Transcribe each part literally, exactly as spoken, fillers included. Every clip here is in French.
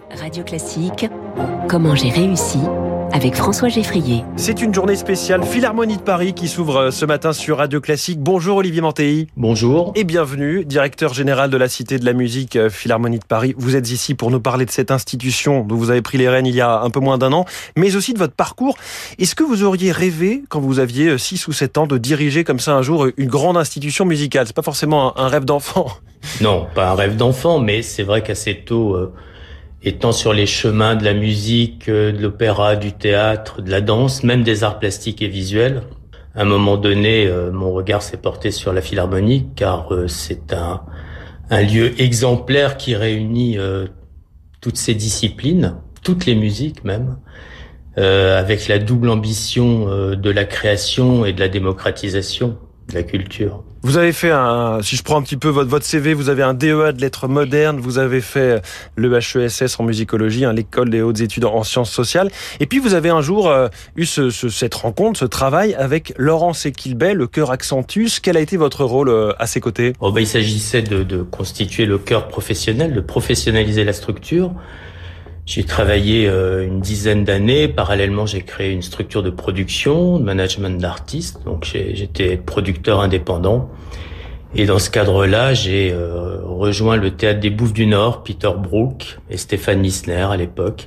Radio Classique, comment j'ai réussi avec François Geffrier. C'est une journée spéciale Philharmonie de Paris qui s'ouvre ce matin sur Radio Classique. Bonjour Olivier Mantéi. Bonjour. Et bienvenue, directeur général de la Cité de la Musique Philharmonie de Paris. Vous êtes ici pour nous parler de cette institution dont vous avez pris les rênes il y a un peu moins d'un an, mais aussi de votre parcours. Est-ce que vous auriez rêvé, quand vous aviez six ou sept ans, de diriger comme ça un jour une grande institution musicale ? C'est pas forcément un rêve d'enfant. Non, pas un rêve d'enfant, mais c'est vrai qu'assez tôt... Euh... Étant sur les chemins de la musique, de l'opéra, du théâtre, de la danse, même des arts plastiques et visuels, à un moment donné, euh, mon regard s'est porté sur la Philharmonie, car euh, c'est un, un lieu exemplaire qui réunit euh, toutes ces disciplines, toutes les musiques même, euh, avec la double ambition euh, de la création et de la démocratisation de la culture. Vous avez fait un, si je prends un petit peu votre, votre C V, vous avez un D E A de lettres modernes, vous avez fait le H E S S en musicologie, hein, l'école des hautes études en sciences sociales. Et puis vous avez un jour euh, eu ce, ce, cette rencontre, ce travail avec Laurence Equilbet, le chœur Accentus. Quel a été votre rôle euh, à ses côtés ? Oh ben, il s'agissait de, de constituer le chœur professionnel, de professionnaliser la structure. J'ai travaillé euh, une dizaine d'années. Parallèlement, j'ai créé une structure de production, de management d'artistes. Donc, j'ai, j'étais producteur indépendant. Et dans ce cadre-là, j'ai euh, rejoint le Théâtre des Bouffes du Nord, Peter Brook et Stéphane Missner à l'époque.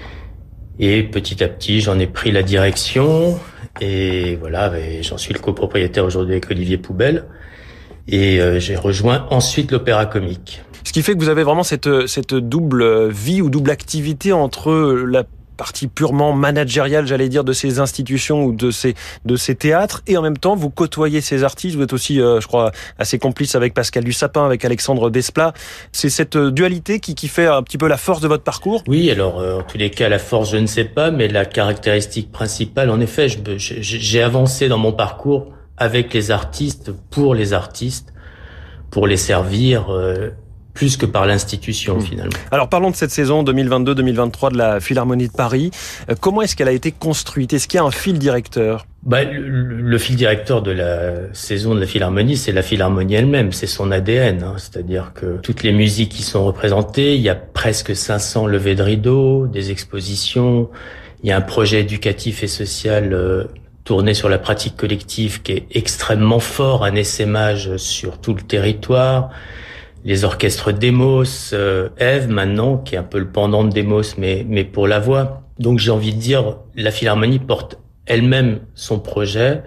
Et petit à petit, j'en ai pris la direction. Et voilà, et j'en suis le copropriétaire aujourd'hui avec Olivier Poubelle. Et euh, j'ai rejoint ensuite l'Opéra Comique. Ce qui fait que vous avez vraiment cette, cette double vie ou double activité entre la partie purement managériale, j'allais dire, de ces institutions ou de ces, de ces théâtres, et en même temps, vous côtoyez ces artistes. Vous êtes aussi, euh, je crois, assez complice avec Pascal Dussapin, avec Alexandre Desplat. C'est cette dualité qui, qui fait un petit peu la force de votre parcours ? Oui, alors, euh, en tous les cas, la force, je ne sais pas, mais la caractéristique principale, en effet, je, je, j'ai avancé dans mon parcours avec les artistes, pour les artistes, pour les servir, euh, plus que par l'institution, mmh. finalement. Alors, parlons de cette saison deux mille vingt-deux deux mille vingt-trois de la Philharmonie de Paris. Euh, comment est-ce qu'elle a été construite ? Est-ce qu'il y a un fil directeur ? Bah, le, le fil directeur de la saison de la Philharmonie, c'est la Philharmonie elle-même, c'est son A D N. Hein, c'est-à-dire que toutes les musiques qui sont représentées, il y a presque cinq cents levées de rideaux, des expositions, il y a un projet éducatif et social euh, tourné sur la pratique collective qui est extrêmement fort, un essaimage sur tout le territoire. Les orchestres Demos, euh, Ève maintenant, qui est un peu le pendant de Demos, mais, mais pour la voix. Donc j'ai envie de dire, la Philharmonie porte elle-même son projet.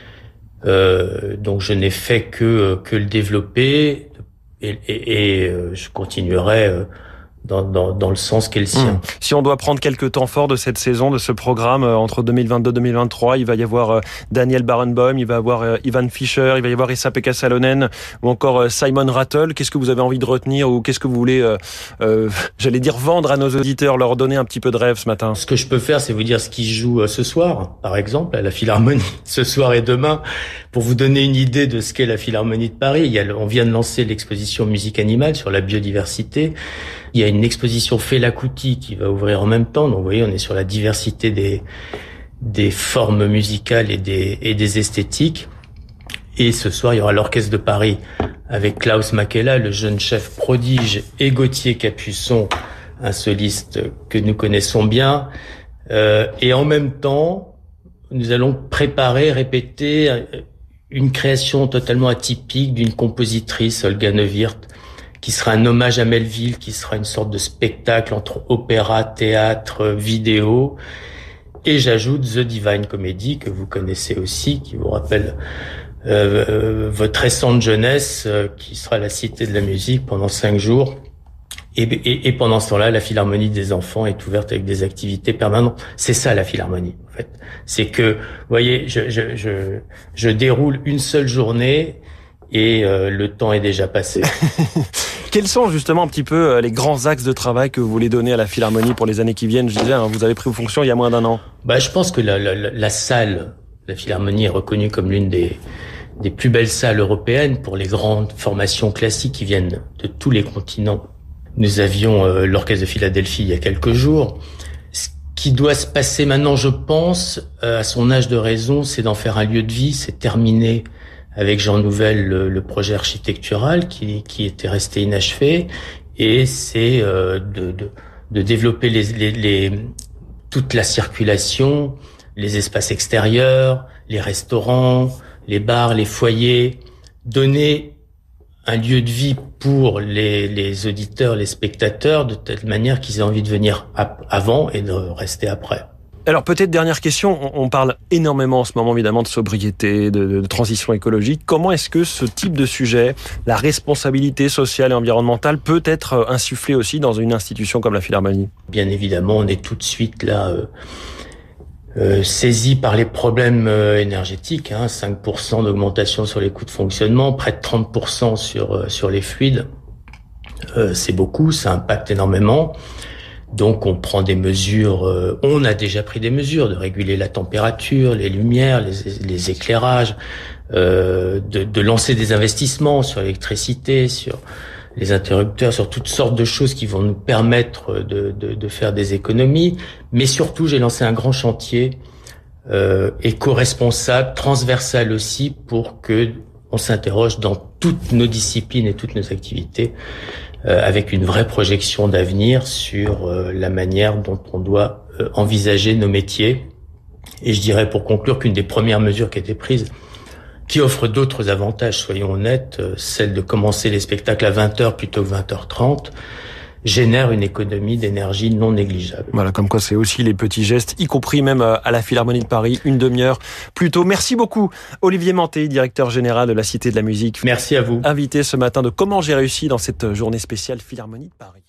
Euh, donc je n'ai fait que, que le développer et, et, et euh, je continuerai euh, Dans, dans, dans le sens qu'est le sien. Mmh. Si on doit prendre quelques temps forts de cette saison, de ce programme, euh, entre deux mille vingt-deux deux mille vingt-trois, il va y avoir euh, Daniel Barenboim, il va y avoir euh, Ivan Fischer, il va y avoir Esa-Pekka Salonen, ou encore euh, Simon Rattle. Qu'est-ce que vous avez envie de retenir, ou qu'est-ce que vous voulez, euh, euh, j'allais dire, vendre à nos auditeurs, leur donner un petit peu de rêve ce matin ? Ce que je peux faire, c'est vous dire ce qui se joue ce soir, par exemple, à la Philharmonie, ce soir et demain, pour vous donner une idée de ce qu'est la Philharmonie de Paris. Il y a, on vient de lancer l'exposition Musique animale sur la biodiversité. Il y a une exposition Fela Kuti qui va ouvrir en même temps. Donc, vous voyez, on est sur la diversité des, des formes musicales et des, et des esthétiques. Et ce soir, il y aura l'Orchestre de Paris avec Klaus Makela, le jeune chef prodige, et Gauthier Capuçon, un soliste que nous connaissons bien. Euh, et en même temps, nous allons préparer, répéter une création totalement atypique d'une compositrice, Olga Neuwirth, qui sera un hommage à Melville, qui sera une sorte de spectacle entre opéra, théâtre, vidéo. Et j'ajoute The Divine Comedy, que vous connaissez aussi, qui vous rappelle euh, euh, votre récente jeunesse, euh, qui sera la Cité de la Musique pendant cinq jours. Et, et, et pendant ce temps-là, la Philharmonie des enfants est ouverte avec des activités permanentes. C'est ça, la Philharmonie, en fait. C'est que, vous voyez, je, je, je, je déroule une seule journée et euh, le temps est déjà passé. Quels sont justement un petit peu les grands axes de travail que vous voulez donner à la Philharmonie pour les années qui viennent ? Je disais, hein, vous avez pris vos fonctions il y a moins d'un an. Bah, je pense que la, la, la salle, la Philharmonie est reconnue comme l'une des, des plus belles salles européennes pour les grandes formations classiques qui viennent de tous les continents. Nous avions euh, l'Orchestre de Philadelphie il y a quelques jours. Ce qui doit se passer maintenant, je pense, euh, à son âge de raison, c'est d'en faire un lieu de vie, c'est terminer avec Jean Nouvel le, le projet architectural qui, qui était resté inachevé, et c'est euh, de, de, de développer les, les, les, toute la circulation, les espaces extérieurs, les restaurants, les bars, les foyers, donner un lieu de vie pour les, les auditeurs, les spectateurs, de telle manière qu'ils aient envie de venir avant et de rester après. Alors peut-être dernière question, on parle énormément en ce moment évidemment de sobriété, de, de transition écologique. Comment est-ce que ce type de sujet, la responsabilité sociale et environnementale, peut être insufflé aussi dans une institution comme la Philharmonie ? Bien évidemment, on est tout de suite là euh, euh, saisi par les problèmes euh, énergétiques. Hein, cinq pour cent d'augmentation sur les coûts de fonctionnement, près de trente pour cent sur euh, sur les fluides. Euh, c'est beaucoup, ça impacte énormément. Donc on prend des mesures, euh, on a déjà pris des mesures de réguler la température, les lumières, les, les éclairages, euh, de, de lancer des investissements sur l'électricité, sur les interrupteurs, sur toutes sortes de choses qui vont nous permettre de, de, de faire des économies. Mais surtout, j'ai lancé un grand chantier euh, éco-responsable, transversal aussi, pour que on s'interroge dans toutes nos disciplines et toutes nos activités, euh, avec une vraie projection d'avenir sur euh, la manière dont on doit euh, envisager nos métiers. Et je dirais pour conclure qu'une des premières mesures qui a été prise, qui offre d'autres avantages, soyons honnêtes, euh, celle de commencer les spectacles à vingt heures plutôt que vingt heures trente, génère une économie d'énergie non négligeable. Voilà, comme quoi c'est aussi les petits gestes, y compris même à la Philharmonie de Paris, une demi-heure plus tôt. Merci beaucoup, Olivier Manté, directeur général de la Cité de la Musique. Merci à vous. Invité ce matin de Comment j'ai réussi dans cette journée spéciale Philharmonie de Paris.